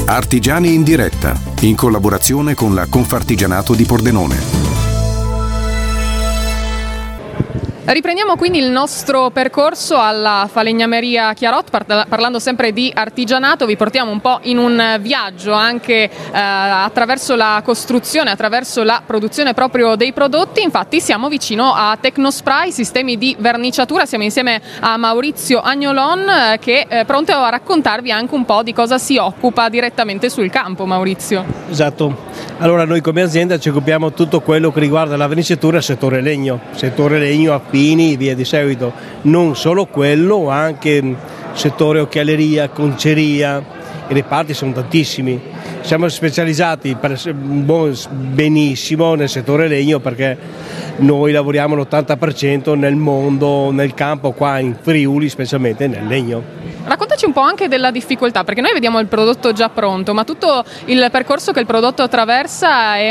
Artigiani in diretta, in collaborazione con la Confartigianato di Pordenone. Riprendiamo quindi il nostro percorso alla falegnameria Chiarot, parlando sempre di artigianato. Vi portiamo un po' in un viaggio anche attraverso la costruzione, attraverso la produzione proprio dei prodotti. Infatti siamo vicino a Tecnospray, sistemi di verniciatura. Siamo insieme a Maurizio Agnolon che è pronto a raccontarvi anche un po' di cosa si occupa direttamente sul campo. Maurizio. Esatto, allora noi come azienda ci occupiamo tutto quello che riguarda la verniciatura e settore legno, affini, via di seguito. Non solo quello, anche settore occhialeria, conceria, i reparti sono tantissimi. Siamo specializzati benissimo nel settore legno perché noi lavoriamo l'80% nel mondo, nel campo qua in Friuli, specialmente nel legno. Raccontaci un po' anche della difficoltà, perché noi vediamo il prodotto già pronto, ma tutto il percorso che il prodotto attraversa è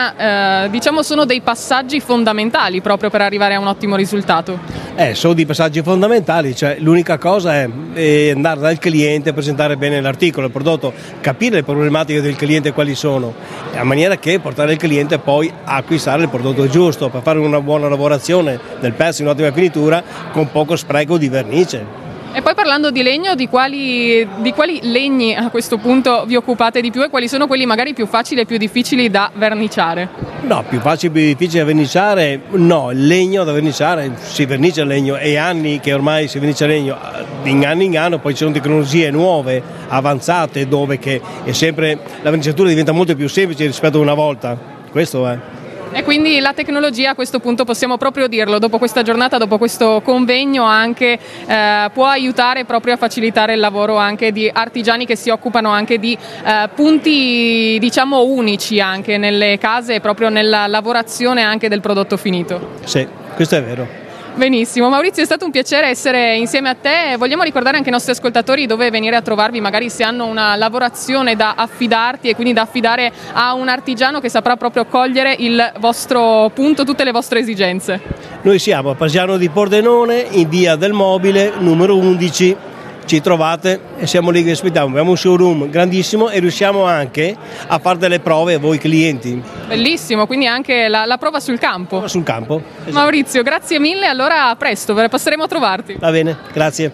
sono dei passaggi fondamentali proprio per arrivare a un ottimo risultato. Sono dei passaggi fondamentali, cioè l'unica cosa è andare dal cliente, presentare bene l'articolo, il prodotto, capire le problematiche del cliente quali sono, a maniera che portare il cliente poi a acquistare il prodotto giusto per fare una buona lavorazione del pezzo in ottima finitura con poco spreco di vernice. E poi parlando di legno, di quali legni a questo punto vi occupate di più e quali sono quelli magari più facili e più difficili da verniciare? No, più facile e più difficile da verniciare, no, il legno da verniciare, si vernicia il legno, è anni che ormai si vernicia il legno, in anno, poi ci sono tecnologie nuove, avanzate, dove che è sempre la verniciatura diventa molto più semplice rispetto a una volta, questo è. E quindi la tecnologia a questo punto possiamo proprio dirlo, dopo questa giornata, dopo questo convegno anche può aiutare proprio a facilitare il lavoro anche di artigiani che si occupano anche di punti diciamo unici anche nelle case e proprio nella lavorazione anche del prodotto finito. Sì, questo è vero. Benissimo, Maurizio, è stato un piacere essere insieme a te. Vogliamo ricordare anche ai nostri ascoltatori dove venire a trovarvi, magari se hanno una lavorazione da affidarti e quindi da affidare a un artigiano che saprà proprio cogliere il vostro punto, tutte le vostre esigenze. Noi siamo a Pasiano di Pordenone, in via del Mobile, numero 11. Ci trovate e siamo lì che aspettiamo. Abbiamo un showroom grandissimo e riusciamo anche a fare delle prove a voi clienti. Bellissimo, quindi anche la prova sul campo. Sul campo. Esatto. Maurizio, grazie mille, allora a presto, passeremo a trovarti. Va bene, grazie.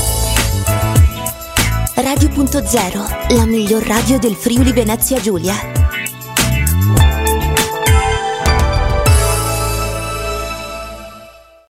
Radio.0, la miglior radio del Friuli Venezia Giulia.